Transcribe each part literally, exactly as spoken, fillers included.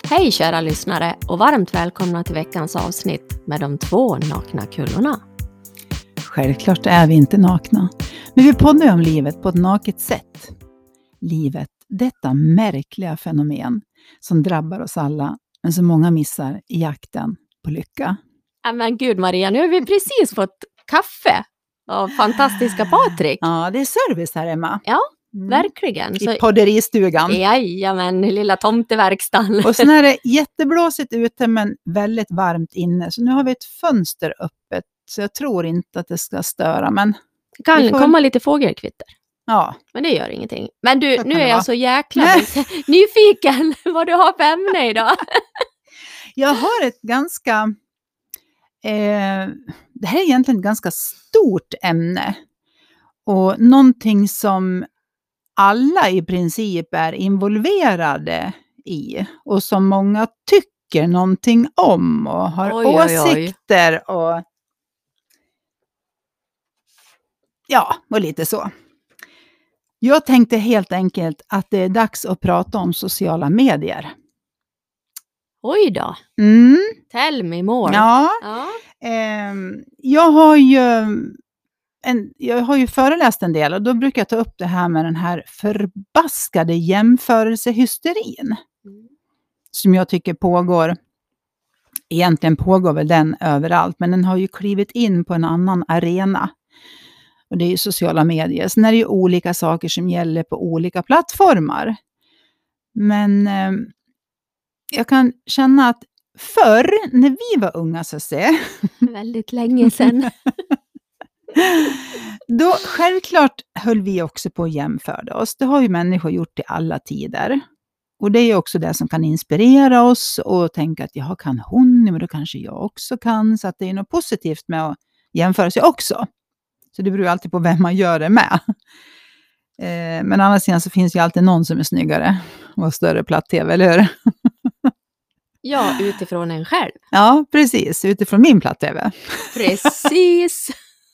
Hej kära lyssnare och varmt välkomna till veckans avsnitt med de två nakna kullorna. Självklart är vi inte nakna, men vi poddar om livet på ett naket sätt. Livet, detta märkliga fenomen som drabbar oss alla, men som många missar i jakten på lycka. Ja, men gud Maria, nu har vi precis fått kaffe av fantastiska Patrik. Ja, det är service här, Emma. Ja, Mm. verkligen. I podderistugan. Jajamän, lilla tomteverkstan. Och sen är det jätteblåsigt ute men väldigt varmt inne. Så nu har vi ett fönster öppet. Så jag tror inte att det ska störa. Men Det kan får... komma lite fågelkvitter. Ja. Men det gör ingenting. Men du, nu är jag vara. så jäkla nyfiken vad du har för ämne idag. Jag har ett ganska... Eh, det här är egentligen ett ganska stort ämne. Och någonting som alla i princip är involverade i. Och som många tycker någonting om och har oj, oj, oj. åsikter och... Ja, och lite så. Jag tänkte helt enkelt att det är dags att prata om sociala medier. Oj då. Mm. Tell me more. Ja. Ja. Eh, jag har ju en, jag har ju föreläst en del och då brukar jag ta upp det här med den här förbaskade jämförelsehysterin. Mm. Som jag tycker pågår. Egentligen pågår väl den överallt, men den har ju klivit in på en annan arena. Och det är ju sociala medier. Sen är det ju olika saker som gäller på olika plattformar. Men eh, jag kan känna att förr, när vi var unga så att säga. Väldigt länge sedan. Då självklart höll vi också på att jämföra oss. Det har ju människor gjort i alla tider. Och det är ju också det som kan inspirera oss och tänka att jag kan hon, men då kanske jag också kan. Så att det är något positivt med att jämföra sig också. Så det beror ju alltid på vem man gör det med. Eh, men annars sidan så finns ju alltid någon som är snyggare och har större platt-tv, eller hur? Ja, utifrån en själv. Ja, precis. Utifrån min platt-tv. Precis.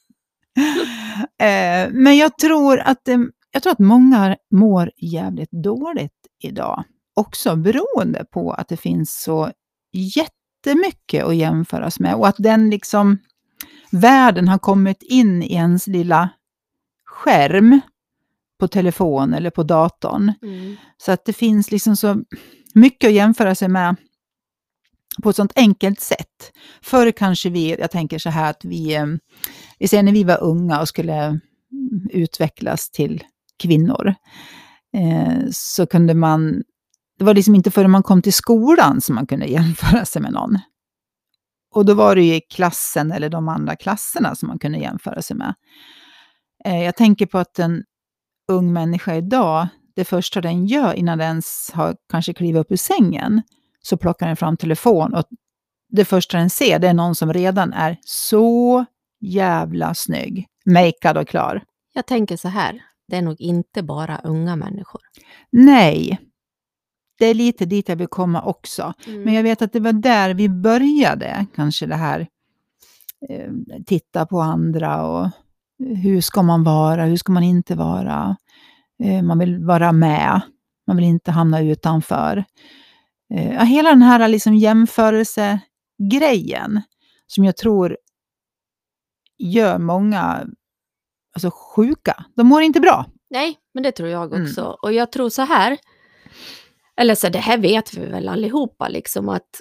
eh, men jag tror att eh, jag tror att många mår jävligt dåligt idag. Också beroende på att det finns så jättemycket att jämföras med. Och att den liksom världen har kommit in i ens lilla skärm på telefon eller på datorn. Mm. Så att det finns liksom så mycket att jämföra sig med på ett sånt enkelt sätt. Förr kanske vi, jag tänker så här att vi, vi ser när vi var unga och skulle utvecklas till kvinnor. Eh, så kunde man, det var liksom inte förrän man kom till skolan som man kunde jämföra sig med någon. Och då var det ju i klassen eller de andra klasserna som man kunde jämföra sig med. Eh, jag tänker på att en ung människa idag, det första den gör innan den ens har kanske klivit upp ur sängen, så plockar den fram telefon och det första den ser, det är någon som redan är så jävla snygg, makead och klar. Jag tänker så här, det är nog inte bara unga människor. Nej, det är lite dit jag vill komma också. Mm. Men jag vet att det var där vi började, kanske det här eh, titta på andra och hur ska man vara, hur ska man inte vara. Eh, man vill vara med, man vill inte hamna utanför. Eh, hela den här liksom jämförelsegrejen som jag tror gör många alltså, sjuka. De mår inte bra. Nej, men det tror jag också. Mm. Och jag tror så här, eller så det här vet vi väl allihopa liksom att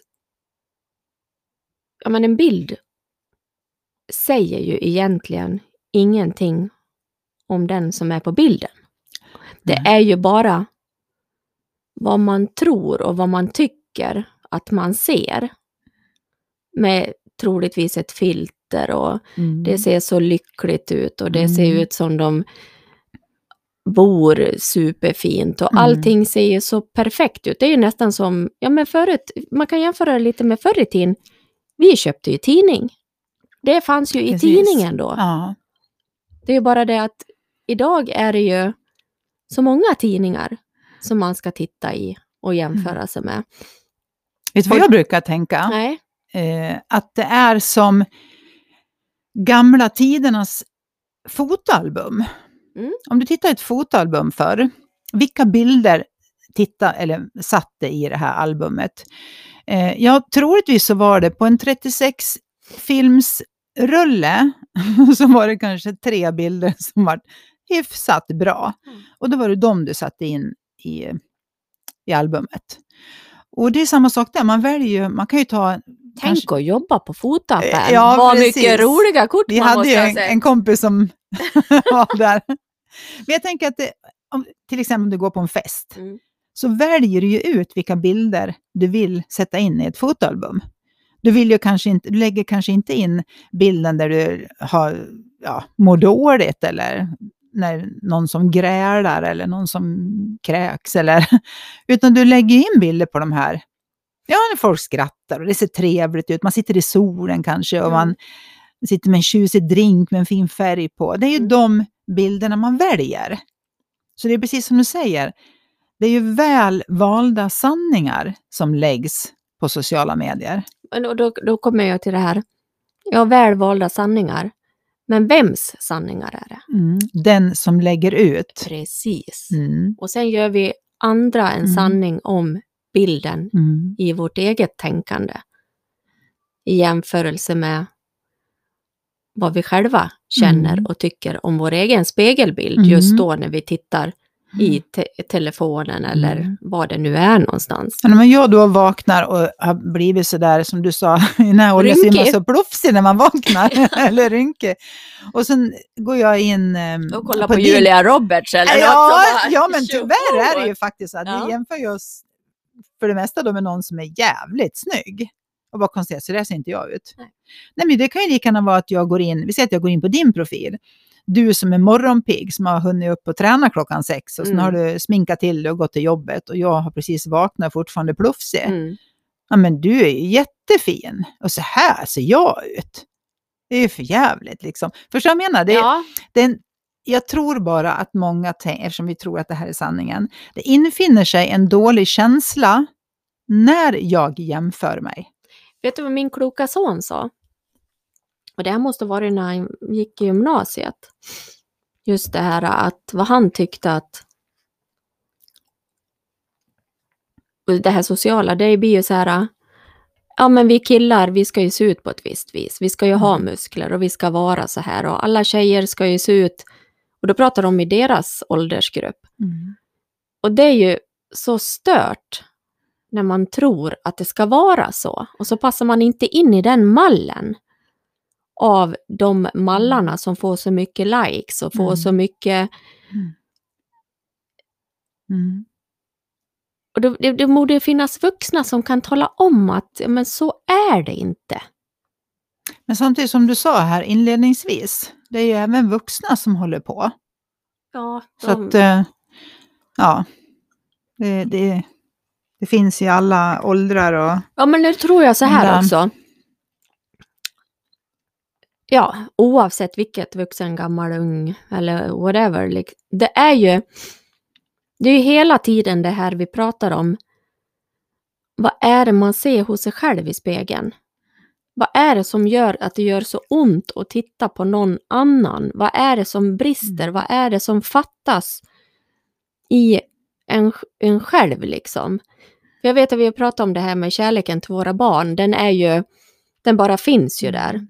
ja, men en bild säger ju egentligen ingenting om den som är på bilden. Det Mm. är ju bara vad man tror och vad man tycker att man ser. Med troligtvis ett filter och Mm. det ser så lyckligt ut och det Mm. ser ut som de bor superfint och Mm. allting ser ju så perfekt ut. Det är ju nästan som, ja men förut, man kan jämföra det lite med förr i tiden. Vi köpte ju tidning. Det fanns ju i Precis. tidningen då. Ja. Det är ju bara det att idag är det ju så många tidningar som man ska titta i och jämföra Mm. sig med. Vet du vad jag brukar tänka? Nej. Eh, att det är som gamla tidernas fotoalbum. Mm. Om du tittar i ett fotoalbum för vilka bilder titta eller satte i det här albumet. Eh, ja, troligtvis så var det på en trettiosex filmsrulle så var det kanske tre bilder som var hyfsat bra. Mm. Och då var det de du satte in i, i albumet. Och det är samma sak där, man väljer ju, man kan ju ta... Tänk kanske, att jobba på fotoaffär. Ja, Vad precis. mycket roliga kort vi man hade måste ju ha en, sett. en kompis som var där. Men jag tänker att det, om, till exempel om du går på en fest, Mm. så väljer du ju ut vilka bilder du vill sätta in i ett fotoalbum. Du, vill ju kanske inte, du lägger kanske inte in bilden där du har, ja, mår dåligt eller när någon som grälar eller någon som kräks. Eller, utan du lägger in bilder på de här. Ja, när folk skrattar och det ser trevligt ut. Man sitter i solen kanske och Mm. man sitter med en tjusig drink med en fin färg på. Det är ju Mm. de bilderna man väljer. Så det är precis som du säger. Det är ju väl valda sanningar som läggs på sociala medier. Men då, då kommer jag till det här. Ja, väl valda sanningar. Men vems sanningar är det? Mm. Den som lägger ut. Precis. Mm. Och sen gör vi andra en Mm. sanning om bilden Mm. i vårt eget tänkande. I jämförelse med vad vi själva känner Mm. och tycker om vår egen spegelbild. Mm. Just då när vi tittar i te- telefonen eller Mm. var det nu är någonstans. Men om jag då vaknar och har blivit så där som du sa, i den här åldern så är man Rynkig. så plufsig när man vaknar, eller rynkig. Och sen går jag in um, Och kolla på, din- Julia Roberts eller Ja, något sådär. ja, men tyvärr är det ju faktiskt så att Ja. vi jämför ju oss för det mesta då med någon som är jävligt snygg. Och bara konstatera, så där ser inte jag ut. Nej. Nej, men det kan ju lika gärna vara att jag går in, vi säger att jag går in på din profil. Du som är morgonpigg, som har hunnit upp och träna klockan sex och sen Mm. har du sminkat till dig och gått till jobbet och jag har precis vaknat och fortfarande plufsig. Mm. Ja, men du är ju jättefin och så här ser jag ut. Det är ju för jävligt liksom. Förstår jag menar? Det, Ja, det är en, jag tror bara att många, tänker, eftersom vi tror att det här är sanningen, det infinner sig en dålig känsla när jag jämför mig. vet du vad min kloka son sa? Och det här måste vara när han gick i gymnasiet. Just det här att vad han tyckte att och det här sociala, det blir ju så här, ja men vi killar, vi ska ju se ut på ett visst vis. Vi ska ju ha Mm. muskler och vi ska vara så här och alla tjejer ska ju se ut, och då pratar de i deras åldersgrupp. Mm. Och det är ju så stört när man tror att det ska vara så. Och så passar man inte in i den mallen av de mallarna som får så mycket likes och får Mm. så mycket. Mm. Och då, det, det borde finnas vuxna som kan tala om att ja, men så är det inte. Men samtidigt som du sa här inledningsvis, det är ju även vuxna som håller på. Ja, Så de, att, eh, ja, det, det, det finns i alla åldrar och... ja men nu tror jag så här Men- också. Ja, oavsett vilket vuxen, gammal, ung eller whatever. lik- Det är ju det är ju hela tiden det här vi pratar om. Vad är det man ser hos sig själv i spegeln? Vad är det som gör att det gör så ont att titta på någon annan? Vad är det som brister? Vad är det som fattas i en, en själv liksom? För jag vet att vi har pratat om det här med kärleken till våra barn. Den är ju, den bara finns ju där.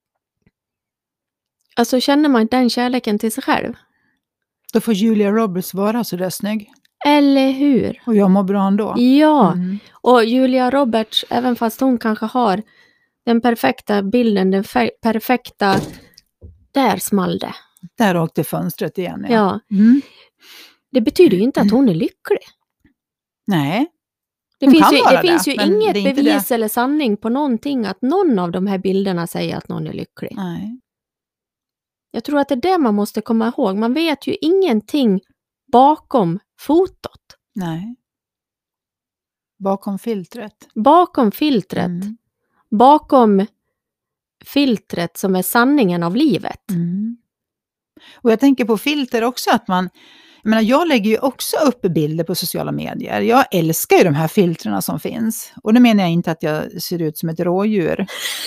Alltså känner man den kärleken till sig själv? Då får Julia Roberts vara så där snygg. Eller hur? Och jag mår bra ändå. Ja, Mm. och Julia Roberts, även fast hon kanske har den perfekta bilden, den fe- perfekta, där small det. Där åkte fönstret igen. Ja. Ja, Mm. det betyder ju inte att hon är lycklig. Nej. Det Hon finns kan ju, vara det finns det, ju men inget det är inte bevis eller sanning på någonting att någon av de här bilderna säger att någon är lycklig. Nej. Jag tror att det är det man måste komma ihåg. Man vet ju ingenting bakom fotot. Nej. Bakom filtret. Bakom filtret. Mm. Bakom filtret som är sanningen av livet. Mm. Och jag tänker på filter också, att man, jag menar, jag lägger ju också upp bilder på sociala medier. Jag älskar ju de här filtrerna som finns. Och det menar jag inte att jag ser ut som ett rådjur.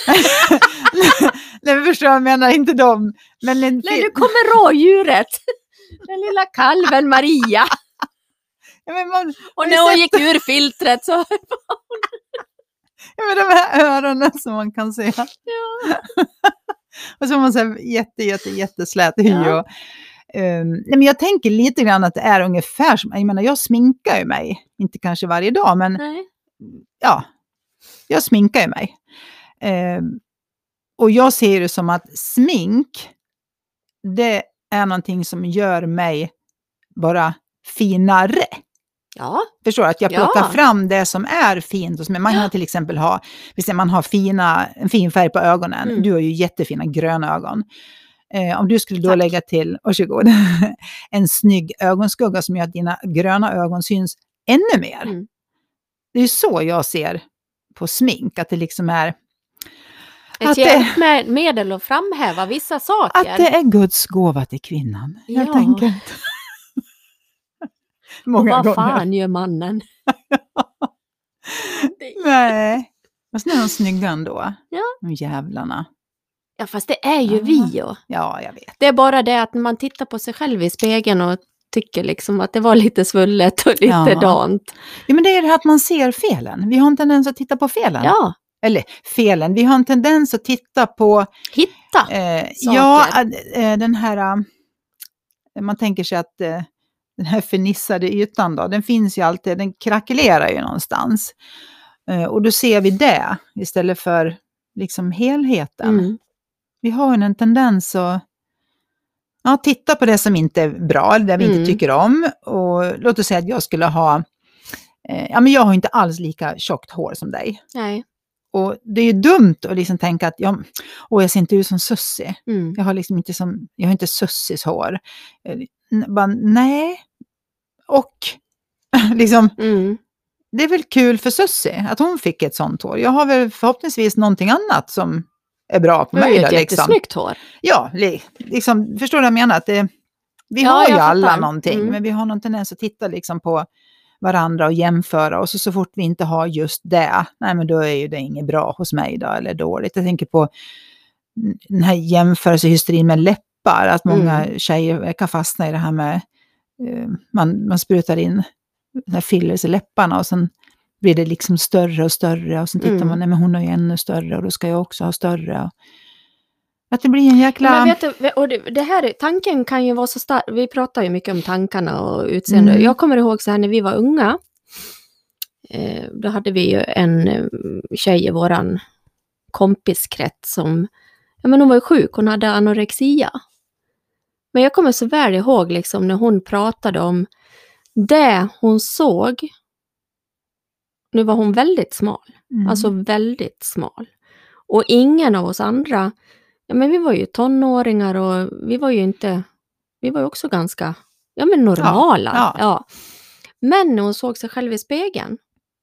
Nej, men förstår jag, menar inte dem. Men en Nej, fil- nu kommer rådjuret. Den lilla kalven Maria. Ja, men man, Och när hon gick ur filtret så... ja, men de här öronen som man kan se. Ja. Och så har man så här jätte, jätte, jätteslät hy. Ja. Och, um, nej, men jag tänker lite grann att det är ungefär som, jag menar jag sminkar ju mig, inte kanske varje dag, men Nej. ja, jag sminkar ju mig. Um, och jag ser det som att smink, det är någonting som gör mig bara finare. Ja. Förstår du? Att jag plockar Ja. fram det som är fint. Och som man kan till exempel ha, visst man har fina, en fin färg på ögonen. Mm. Du har ju jättefina gröna ögon. Eh, om du skulle då Tack. lägga till, varsågod, en snygg ögonskugga som gör att dina gröna ögon syns ännu mer. Mm. Det är ju så jag ser på smink. Att det liksom är... Ett Att det, hjälpmedel att framhäva vissa saker. att det är Guds gåva till kvinnan, helt Ja. enkelt. Och Många vad gånger. fan gör mannen? Nej. Men sen är de snygga ändå. Ja. De jävlarna. Ja, fast det är ju Ja. vi ju. Ja, jag vet. Det är bara det att man tittar på sig själv i spegeln och tycker liksom att det var lite svullet och lite Ja. dant. Ja, men det är det här att man ser felen. Vi har en tendens att titta på felen. Ja, Eller felen. Vi har en tendens att titta på... hitta. Eh, Saker. ja, äh, den här... Äh, man tänker sig att äh, den här förnissade ytan då, den finns ju alltid, den krackelerar ju någonstans. Eh, och då ser vi det istället för liksom helheten. Mm. Vi har ju en tendens att ja, titta på det som inte är bra, det vi Mm. inte tycker om. Och låt oss säga att jag skulle ha, eh, ja men jag har inte alls lika tjockt hår som dig. Nej. Och det är ju dumt att liksom tänka att jag, åh, jag ser inte ut som Sussi. Mm. Jag har liksom inte som, jag har inte Sussis hår. Eh, bara, nej. Och liksom, Mm. det är väl kul för Sussi att hon fick ett sånt hår. Jag har väl förhoppningsvis någonting annat som är bra på Du har mig. ju Då, ett liksom. jättesnyggt hår. Ja, li, liksom, förstår du vad jag menar? Att det, vi Ja, har ju jag alla fattar. någonting, Mm. men vi har någon tendens att titta liksom på varandra och jämföra. Och så, så fort vi inte har just det, nej men då är ju det inget bra hos mig då, eller dåligt. Jag tänker på den här jämförelsehysterin med läppar, att många Mm. tjejer kan fastna i det här med, eh, man, man sprutar in den här fillers i läpparna och sen blir det liksom större och större och sen tittar Mm. man, nej men hon har ju ännu större och då ska jag också ha större. Att det blir en jäkla... Men vet du, och det, det här, tanken kan ju vara så stark. Vi pratar ju mycket om tankarna och utseende. Mm. Jag kommer ihåg så här när vi var unga. Eh, då hade vi ju en eh, tjej i våran kompiskrets som, ja men hon var ju sjuk, hon hade anorexia. Men jag kommer så väl ihåg liksom när hon pratade om det hon såg. Nu var hon väldigt smal. Mm. Alltså väldigt smal. Och ingen av oss andra, ja men vi var ju tonåringar och vi var ju inte, vi var ju också ganska, ja men normala. Ja, ja. Ja. Men när hon såg sig själv i spegeln,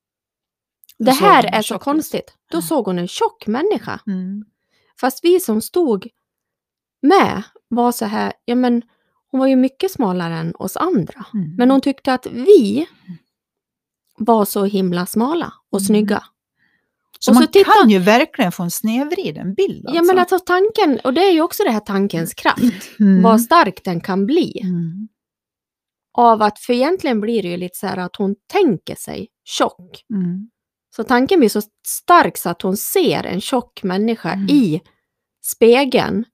Då det såg här hon är så tjock ut. konstigt, då såg hon en tjock människa. Mm. Fast vi som stod med var så här, ja men hon var ju mycket smalare än oss andra. Mm. Men hon tyckte att vi var så himla smala och Mm. snygga. Så Och man så titta- kan ju verkligen få en snedvriden bild. Ja men alltså tanken, och det är ju också det här tankens kraft. mm. Vad stark den kan bli. Mm. Av att, för egentligen blir det ju lite så här att hon tänker sig tjock. Mm. Så tanken blir så stark så att hon ser en tjock människa Mm. i spegeln.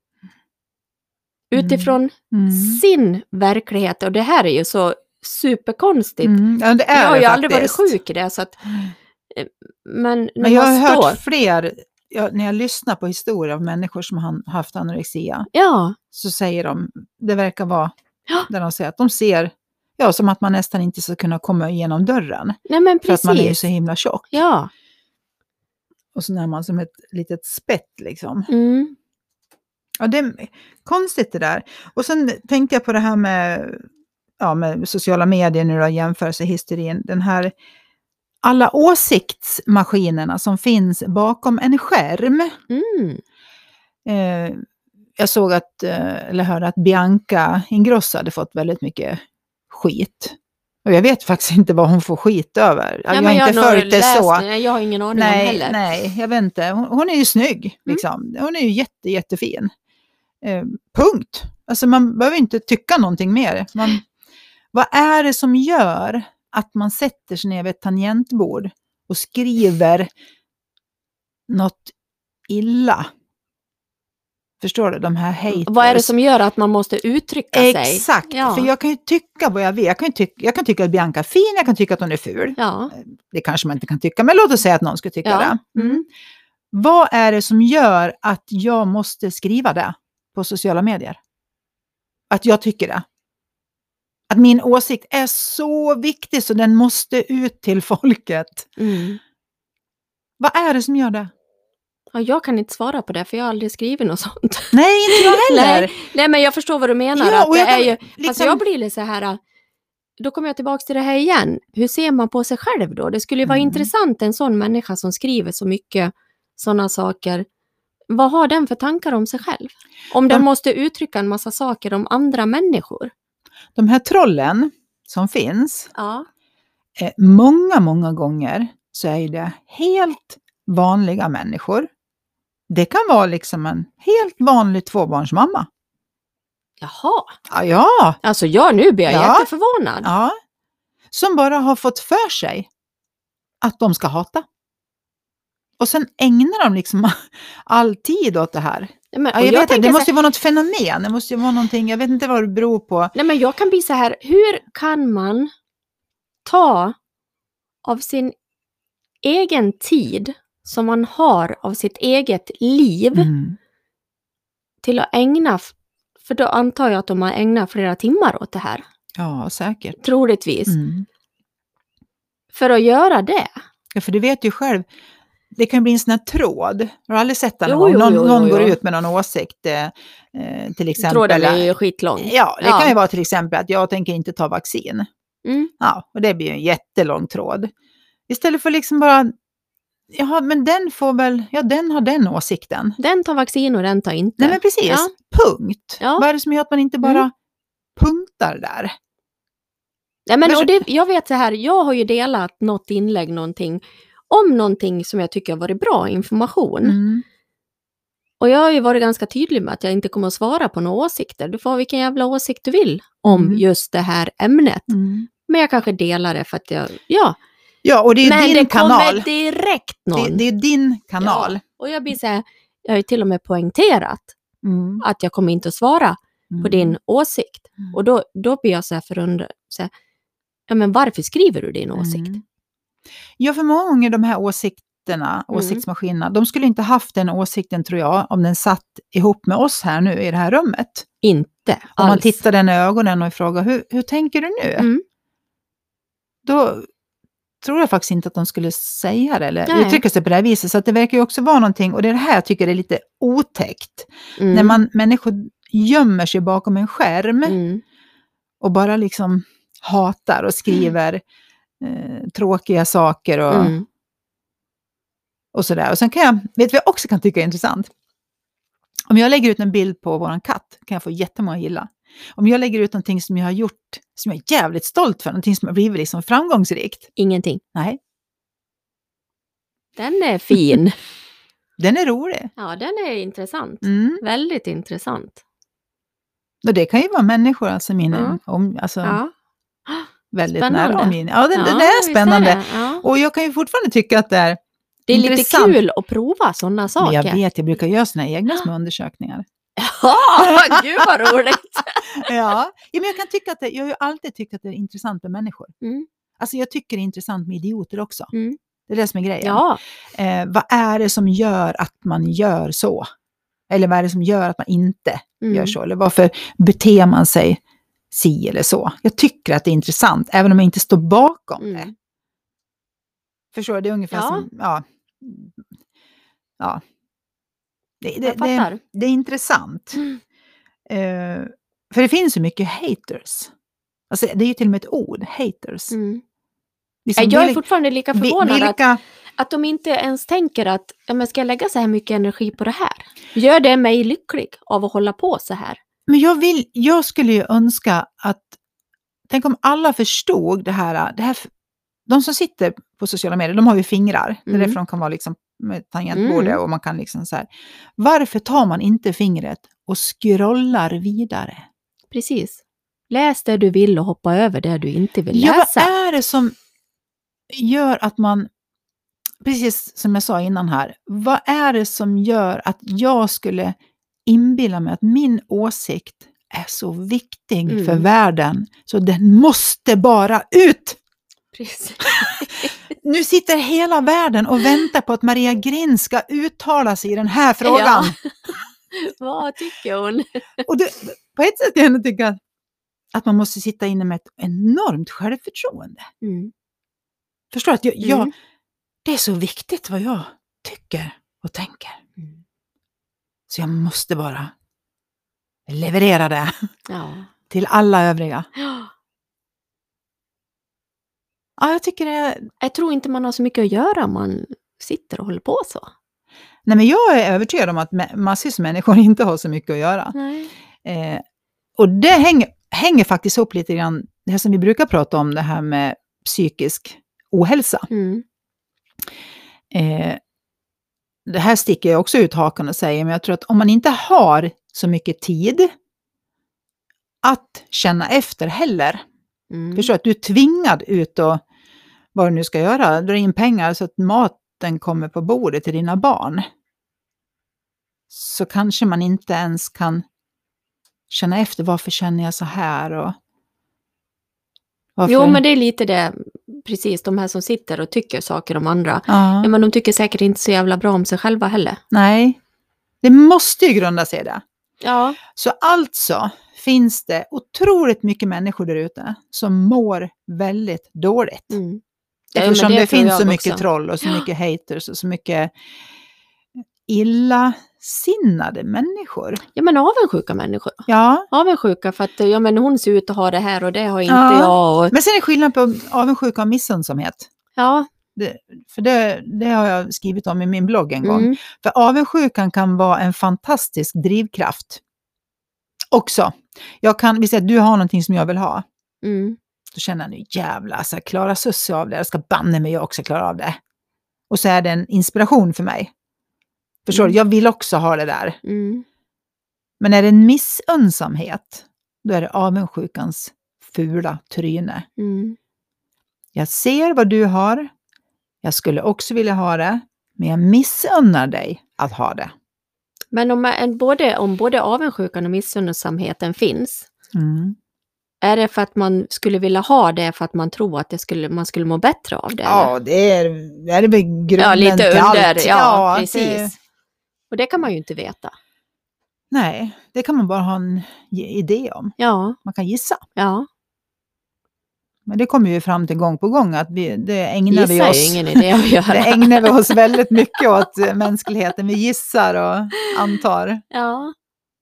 Mm. Utifrån Mm. sin verklighet. Och det här är ju så superkonstigt. Mm. Ja, det är Jag har det ju aldrig varit faktiskt. sjuk i det. Så att, eh, men när Men jag man har står... hört fler, ja, när jag lyssnar på historier av människor som har haft anorexia, Ja, så säger de, det verkar vara, Ja. där de säger att de ser, ja, som att man nästan inte ska kunna komma igenom dörren. nej men För att man är ju precis. så himla tjock. Ja. Och så är man som ett litet spett liksom. Mm. Ja, det är konstigt det där. Och sen tänkte jag på det här med, ja, med sociala medier nu då, jämförelsehysterin. Den här, alla åsiktsmaskinerna som finns bakom en skärm. Mm. Eh, jag såg att, eh, eller hörde att Bianca Ingrosso hade fått väldigt mycket skit. Och jag vet faktiskt inte vad hon får skit över. Ja, jag men har inte har nog följt det läst så. det. Jag har ingen aning om Nej, heller. nej, jag vet inte. Hon, hon är ju snygg, liksom. Hon är ju jätte, jättefin. Eh, punkt. Alltså man behöver inte tycka någonting mer. Man, Vad är det som gör att man sätter sig ner vid ett tangentbord och skriver något illa? Förstår du? De här haters. Vad är det som gör att man måste uttrycka sig? Exakt, Ja. för jag kan ju tycka vad jag vill. Jag kan, ju tycka, jag kan tycka att Bianca är fin, jag kan tycka att hon är ful. Ja. Det kanske man inte kan tycka, men låt oss säga att någon skulle tycka Ja. det. Mm. Mm. Vad är det som gör att jag måste skriva det på sociala medier? Att jag tycker det. Att min åsikt är så viktig så den måste ut till folket. Mm. Vad är det som gör det? Ja, jag kan inte svara på det för jag har aldrig skrivit något sånt. Nej, inte jag heller. Nej, nej, men jag förstår vad du menar. Ja, att och det jag är kan ju, liksom- alltså jag blir lite så här, då kommer jag tillbaka till det här igen. Hur ser man på sig själv då? Det skulle ju vara Mm. intressant, en sån människa som skriver så mycket sådana saker. Vad har den för tankar om sig själv? Om den De- måste uttrycka en massa saker om andra människor. De här trollen som finns, Ja. eh, många, många gånger så är det helt vanliga människor. Det kan vara liksom en helt vanlig tvåbarnsmamma. Jaha. Ja, ja, Alltså jag, nu blir jag Ja. jätteförvånad. ja. Som bara har fått för sig att de ska hata. Och sen ägnar de liksom all tid åt det här. Nej, men, Ja, och jag jag vet inte, tänker det så måste ju vara något fenomen. Det måste ju vara någonting, jag vet inte vad det beror på. Nej, men jag kan bli så här, hur kan man ta av sin egen tid som man har av sitt eget liv Mm. till att ägna, för då antar jag att de har ägnat flera timmar åt det här, Ja, säkert. troligtvis, Mm. för att göra det. Ja, för du vet ju själv, det kan bli en sån här tråd. Har du aldrig sett det någon Jo, gång? jo, Någon, jo, någon jo, går jo. ut med någon åsikt, eh, eh, till exempel. Tråden är ju skitlång. Ja, det Ja. kan ju vara till exempel att jag tänker inte ta vaccin. Mm. Ja, och det blir ju en jättelång tråd. Istället för liksom bara, jaha, men den får väl, ja den har den åsikten. Den tar vaccin och den tar inte. Nej men precis, Ja. punkt. Ja. Vad är det som gör att man inte bara Mm. punktar där? Nej, men, Men- och det, jag vet så här, jag har ju delat något inlägg, någonting, om någonting som jag tycker har varit bra information. Mm. Och jag har ju varit ganska tydlig med att jag inte kommer att svara på några åsikter. Du får ha vilken jävla åsikt du vill om Mm. just det här ämnet. Mm. Men jag kanske delar det för att jag, ja. Ja, och det är ju Men din det kanal. kommer direkt någon. Det, det är din kanal. Ja. Och jag blir så här, jag har ju till och med poängterat Mm. att jag kommer inte att svara Mm. på din åsikt. Mm. Och då, då blir jag så här förundrad. Så här, ja, men varför skriver du din åsikt? Mm. Ja, för många gånger de här åsikterna, Mm. åsiktsmaskinerna, de skulle inte haft den åsikten tror jag, om den satt ihop med oss här nu i det här rummet. Inte Om alls. man tittar den i ögonen och frågar, hur, hur tänker du nu? Mm. Då tror jag faktiskt inte att de skulle säga det eller Nej. uttrycka sig på det här viset. Så att det verkar ju också vara någonting, och det är det här jag tycker är lite otäckt. Mm. När man, människor gömmer sig bakom en skärm Mm. och bara liksom hatar och skriver eh, tråkiga saker och, Mm. och sådär. Och sen kan jag, vet du vad jag också kan tycka är intressant? Om jag lägger ut en bild på våran katt kan jag få jättemånga gilla. Om jag lägger ut någonting som jag har gjort, som jag är jävligt stolt för, någonting som har blivit liksom framgångsrikt. Ingenting. Nej, Den är fin. den är rolig. Ja, den är intressant. Mm. Väldigt intressant. Och det kan ju vara människor, alltså mina, Ja. om, alltså Ja. väldigt Spännande. nära omgivning. Ja, den, Ja, den är visst spännande. det. Ja. Och jag kan ju fortfarande tycka att det är Det är intressant. lite kul att prova sådana Men saker. jag vet, jag brukar göra såna egna små undersökningar. Ja, gud vad roligt. Ja. Ja, men jag kan tycka att det, jag har ju alltid tyckt att det är intressant med människor. Mm. Alltså jag tycker det är intressant med idioter också. Mm. Det är det som är grejen. Ja, Eh, vad är det som gör att man gör så? Eller vad är det som gör att man inte mm. gör så? Eller varför beter man sig si eller så? Jag tycker att det är intressant, även om jag inte står bakom Mm. det. Förstår du? Det är ungefär Ja. som, ja. Ja. Det, det, Jag det, fattar. det är intressant. Mm. Eh, för det finns så mycket haters. Alltså, det är ju till och med ett ord, haters. Mm. Liksom, Jag är vil- fortfarande lika vi- förvånad att, vilka, att de inte ens tänker att ja, men ska jag lägga så här mycket energi på det här? Gör det mig lycklig av att hålla på så här? Men jag, vill, jag skulle ju önska att, tänk om alla förstod det här, det här, de som sitter på sociala medier, de har ju fingrar, det är Mm. därför de kan vara liksom med tangentbordet Mm. och man kan liksom så här. Varför tar man inte fingret och scrollar vidare? Precis. Läs det du vill och hoppa över det du inte vill Ja, läsa. vad är det som gör att man, precis som jag sa innan här, vad är det som gör att jag skulle inbilla mig att min åsikt är så viktig Mm. för världen så den måste bara ut? Precis. Nu sitter hela världen och väntar på att Maria Grind ska uttala sig i den här frågan. Ja. Vad tycker hon? Och det, på ett sätt kan jag tycka att, att man måste sitta inne med ett enormt självförtroende. Mm. Förstår att jag, jag, Mm. det är så viktigt vad jag tycker och tänker. Mm. Så jag måste bara leverera det Ja. till alla övriga. Ja. Ja, jag tycker det är... Jag tror inte man har så mycket att göra om man sitter och håller på så. Nej, men jag är övertygad om att ma- massvis av människor inte har så mycket att göra. Nej. Eh, och det hänger, hänger faktiskt upp lite grann, det här som vi brukar prata om, det här med psykisk ohälsa. Mm. Eh, det här sticker jag också ut hakan och säger, men jag tror att om man inte har så mycket tid att känna efter heller, Mm. förstår att du är tvingad ut och vad du nu ska göra, dra in pengar så att maten kommer på bordet till dina barn, så kanske man inte ens kan känna efter varför känner jag så här och varför... Jo, men det är lite det, precis, de här som sitter och tycker saker om andra. Ja. Ja, men de tycker säkert inte så jävla bra om sig själva heller. Nej, det måste ju grunda sig i det. Ja. Så alltså finns det otroligt mycket människor där ute som mår väldigt dåligt. Mm. Ja, men Eftersom det, tror finns jag så mycket också. troll och så mycket haters och så mycket illasinnade människor. Ja, men avundsjuka människor. Ja, Avundsjuka för att ja, men hon ser ut att ha det här och det har inte Ja. jag. Och, men sen är det skillnad på avundsjuka och missundsamhet. ja. Det, för det, det har jag skrivit om i min blogg en gång. Mm. För avundsjukan kan vara en fantastisk drivkraft. Också. Jag kan, vi säger att du har någonting som jag vill ha. Mm. Då känner jag nu jävlar, alltså, klara Sussie av det. Jag ska banne mig jag också klara av det. Och så är det en inspiration för mig. Förstår Mm. du? Jag vill också ha det där. Mm. Men är det en missunnsamhet, då är det avundsjukans fula tryne. Mm. Jag ser vad du har. Jag skulle också vilja ha det. Men jag missunnar dig att ha det. Men om, en, både, om både avundsjukan och missunnsamheten finns, Mm. är det för att man skulle vilja ha det för att man tror att det skulle, man skulle må bättre av det? Ja, eller? det är, det är väl grunden Ja, lite till under. allt. Ja, det- precis. Och det kan man ju inte veta. nej, det kan man bara ha en idé om. Ja, Man kan gissa. ja. Men det kommer ju fram till gång på gång att vi, det ägnar vi Gissa är oss. ju ingen idé att Det göra. ägnar vi oss väldigt mycket åt eh, mänskligheten. Vi gissar och antar. Ja.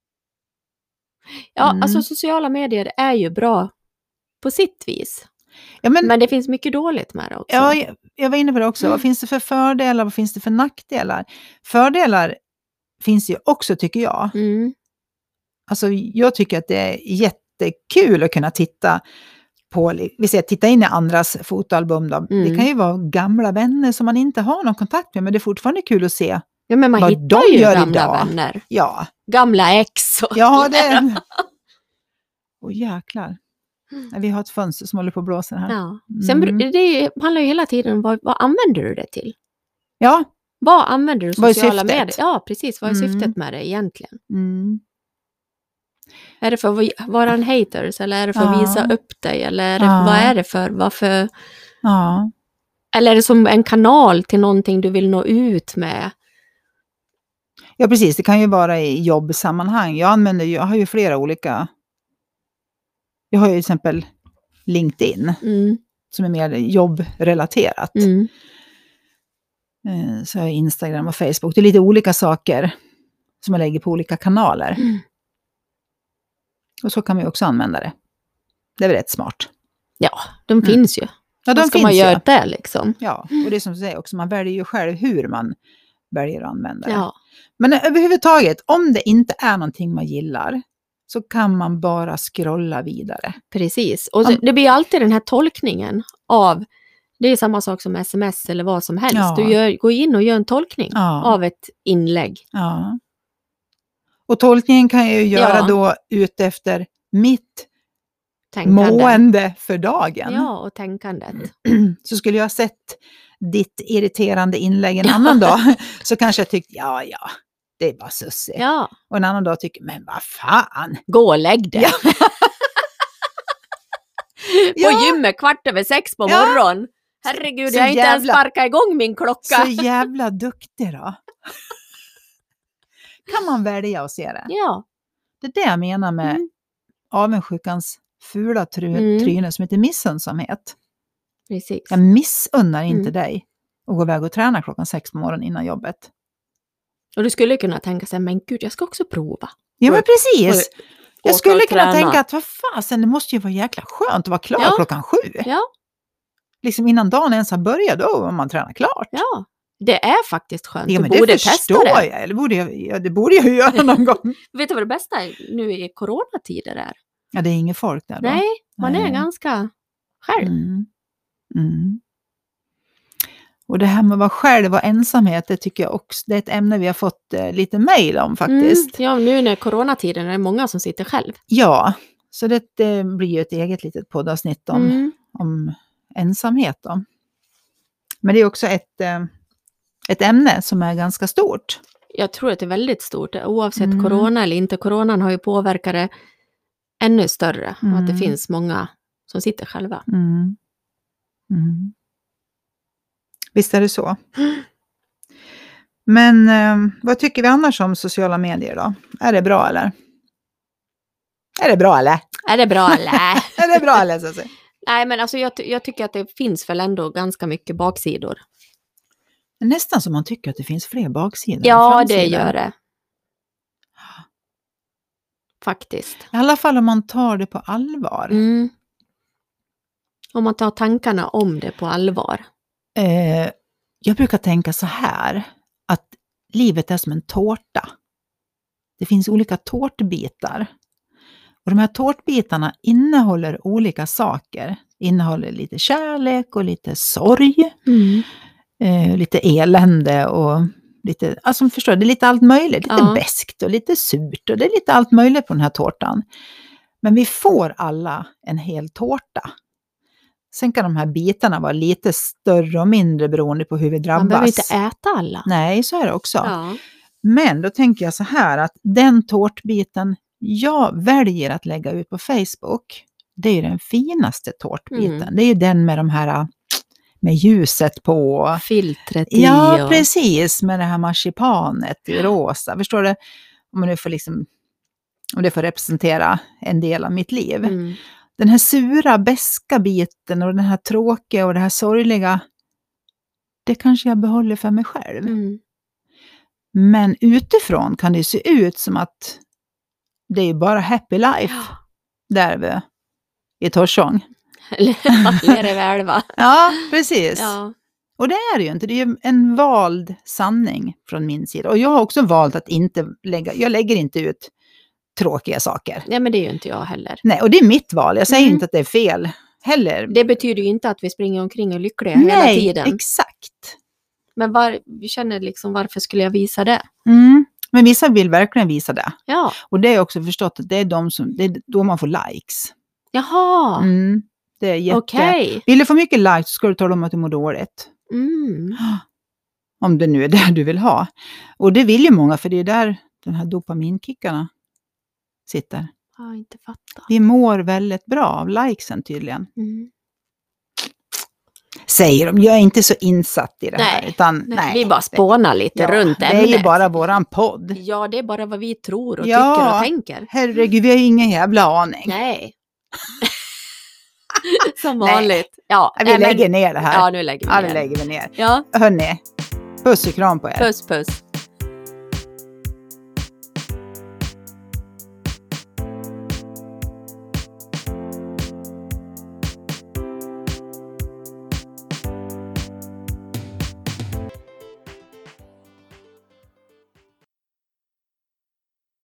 Ja, Mm. alltså sociala medier är ju bra på sitt vis. Ja, men, Men det finns mycket dåligt med det också. ja, jag, jag var inne på det också. Mm. Vad finns det för fördelar? Vad finns det för nackdelar? Fördelar finns ju också, tycker jag. Mm. Alltså, jag tycker att det är jättekul att kunna titta på, vi säger titta in i andras fotoalbum då. Mm. Det kan ju vara gamla vänner som man inte har någon kontakt med, men det är fortfarande kul att se. Ja, men man vad hittar de ju gör gamla idag. vänner. Ja, Gamla ex. Och ja det. Åh jäklar. Vi har ett fönster som håller på att blåsa här. Ja. Sen, Mm. br- det handlar ju hela tiden om vad, vad använder du det till? Ja. Vad använder du Vad är sociala syftet? medier? Ja, precis. Vad är Mm. syftet med det egentligen? Mm. Är det för att vi- vara en haters eller är det för att Ja. visa upp dig? Eller är det, Ja. vad är det för? Varför? Ja. Eller är det som en kanal till någonting du vill nå ut med? Ja, precis. Det kan ju vara i jobbsammanhang. Jag använder, jag har ju flera olika. Jag har ju till exempel LinkedIn Mm. som är mer jobbrelaterat. Mm. Eh, Så har jag Instagram och Facebook. Det är lite olika saker som jag lägger på olika kanaler. Mm. Och så kan man ju också använda det. Det är väl rätt smart. Ja, de finns ju. Ja, Vad ska man göra det liksom? Ja, och det är som du säger också, man väljer ju själv hur man väljer att använda det. Ja. Men överhuvudtaget, om det inte är någonting man gillar, så kan man bara scrolla vidare. Precis. Och så, Om- det blir alltid den här tolkningen av, det är samma sak som sms eller vad som helst. Ja. Du gör, går in och gör en tolkning Ja. av ett inlägg. Ja. Och tolkningen kan jag ju göra Ja. då ut efter mitt Tänkande. mående för dagen. Ja, och tänkandet. Så skulle jag ha sett ditt irriterande inlägg en annan dag, så kanske jag tyckte, ja, ja, det är bara sussigt. Ja, Och en annan dag tycker, men vad fan. gå och lägg dig. Ja. På Ja. gymmet kvart över sex på Ja. morgon. Herregud, Så jag har inte ens jävla- sparkat igång min klocka. Så jävla duktig då. Kan man välja att se det? Ja. Det är det jag menar med Mm. avundsjukans fula try- Mm. tryne som heter missunnsamhet. Precis. Jag missunnar inte Mm. dig att gå iväg och träna klockan sex på morgonen innan jobbet. Och du skulle kunna tänka sig, men gud, jag ska också prova. Ja, men Och- precis. och- Jag åka skulle och kunna träna. tänka att vad fasen, det måste ju vara jäkla skönt att vara klar Ja. klockan sju. Ja, Liksom innan dagen ens har börjat, då har man tränat klart. ja. Det är faktiskt skönt. Ja, Du men det borde testa förstår det. jag. Eller borde jag, ja, det borde jag ju göra någon gång. Vet du vad det bästa är nu i coronatider är? Ja, det är ingen folk där då. Nej, man är Nej. ganska själv. Mm. Mm. Och det här med att vara själv och ensamhet, det tycker jag också, det är ett ämne vi har fått eh, lite mejl om faktiskt. Mm. Ja, nu när coronatiden är det många som sitter själv. Ja, så det, det blir ju ett eget litet poddavsnitt om, Mm. om ensamhet då. Men det är också ett, eh, ett ämne som är ganska stort. Jag tror att det är väldigt stort. Oavsett Mm. corona eller inte. Coronan har ju påverkat det ännu större. Och att det Mm. finns många som sitter själva. Mm. Mm. Visst är det så. Men eh, vad tycker vi annars om sociala medier då? Är det bra eller? Är det bra eller? Är det bra eller? Är det bra eller? Så att säga? Nej, men alltså jag, ty- jag tycker att det finns väl ändå ganska mycket baksidor. Nästan som man tycker att det finns fler baksidor än Ja, framsidor. det gör det. Faktiskt. I alla fall om man tar det på allvar. Mm. Om man tar tankarna om det på allvar. Eh, jag brukar tänka så här, att livet är som en tårta. Det finns olika tårtbitar. Och de här tårtbitarna innehåller olika saker. Innehåller lite kärlek och lite sorg. Mm. Eh, lite elände och lite, alltså förstår du, det är lite allt möjligt. Lite Ja. beskt och lite surt och det är lite allt möjligt på den här tårtan. Men vi får alla en hel tårta. Sen kan de här bitarna vara lite större och mindre beroende på hur vi drabbas. Man behöver inte äta alla. Nej, så är det också. Ja. Men då tänker jag så här att den tårtbiten jag väljer att lägga ut på Facebook, det är ju den finaste tårtbiten. Mm. Det är ju den med de här, med ljuset på. Filtret i Ja, och... precis, med det här marsipanet i rosa. Förstår du? Om man nu får liksom, om det får representera en del av mitt liv. Mm. Den här sura, beska biten och den här tråkiga och det här sorgliga, det kanske jag behåller för mig själv. Mm. Men utifrån kan det se ut som att det är bara happy life Ja. där vi, i Torsång. Ler i välva. Ja, precis. Ja. Och det är det ju inte. Det är ju en vald sanning från min sida. Och jag har också valt att inte lägga, jag lägger inte ut tråkiga saker. Nej, men det är ju inte jag heller. Nej, och det är mitt val. Jag säger Mm. inte att det är fel heller. Det betyder ju inte att vi springer omkring och är lyckliga hela Nej, tiden. exakt. Men var, vi känner liksom, varför skulle jag visa det? Mm. Men vissa vill verkligen visa det. Ja, Och det är också förstått att det är, de som, det är då man får likes. jaha, Mm. Det är jätte... okej. Vill du få mycket likes så ska du tala om att du mår dåligt. Mm. Om det nu är det du vill ha. Och det vill ju många, för det är där den här dopaminkickarna sitter. Jag har inte fattat. Vi mår väldigt bra av likesen tydligen. Mm. Säger de, jag är inte så insatt i det här. Nej, Utan, Nej, nej, vi bara spånar lite ja, runt det ämnet. är ju bara våran podd. Ja, det är bara vad vi tror och Ja. tycker och tänker. Herregud, vi har ju ingen jävla aning. Nej. Som Nej. vanligt. Ja, Vi nej, men- lägger ner det här. Ja, nu lägger vi Ja, ner. det lägger vi ner. Ja, Hörrni, puss och kram på er. puss puss.